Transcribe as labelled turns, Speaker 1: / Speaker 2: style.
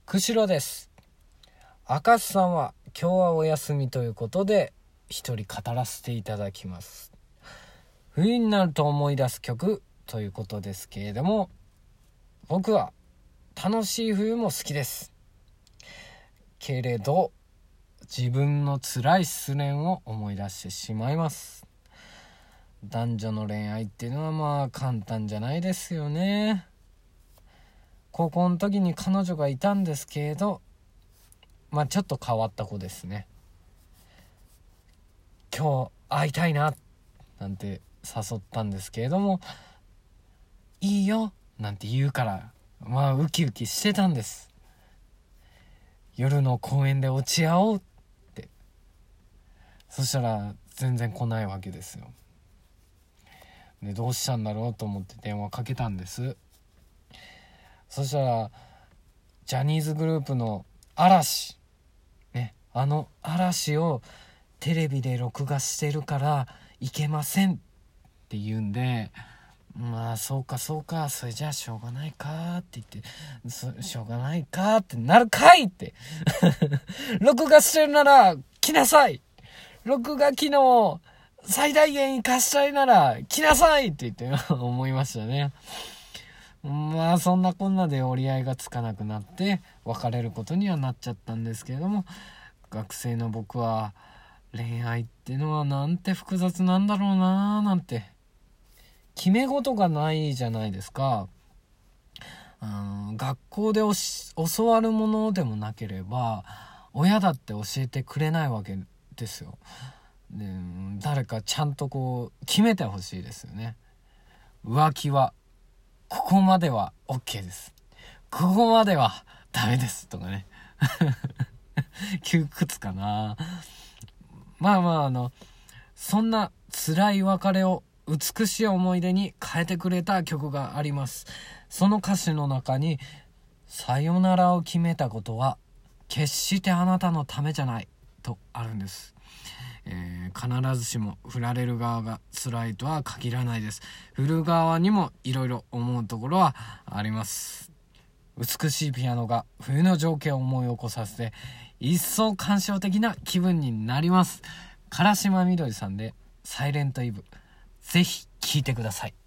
Speaker 1: 釧路です。明石さんは今日はお休みということで一人語らせていただきます。冬になると思い出す曲ということですけれども、僕は楽しい冬も好きですけれど、自分の辛い失恋を思い出してしまいます。男女の恋愛っていうのはまあ簡単じゃないですよね。高校の時に彼女がいたんですけれど、ちょっと変わった子ですね。今日会いたいななんて誘ったんですけれども、いいよなんて言うからウキウキしてたんです。夜の公園で落ち合おうって。そしたら全然来ないわけですよ。で、どうしたんだろうと思って電話かけたんです。そしたらジャニーズグループの嵐ね、嵐をテレビで録画してるからいけませんって言うんで、そうかそれじゃあしょうがないかって言って、しょうがないかってなるかいって録画してるなら来なさい、録画機能最大限活かしたいなら来なさいって言って思いましたね。そんなこんなで折り合いがつかなくなって別れることにはなっちゃったんですけれども、学生の僕は恋愛ってのはなんて複雑なんだろうななんて、決め事がないじゃないですか。学校で教わるものでもなければ親だって教えてくれないわけですよ。で、誰かちゃんと決めてほしいですよね。浮気はここまでは OK です、ここまではダメですとかね窮屈かな。そんな辛い別れを美しい思い出に変えてくれた曲があります。その歌詞の中に、さよならを決めたことは決してあなたのためじゃないとあるんです。必ずしも振られる側が辛いとは限らないです。振る側にもいろいろ思うところはあります。美しいピアノが冬の情景を思い起こさせて、一層感傷的な気分になります。唐島みどりさんでサイレントイブ、ぜひ聴いてください。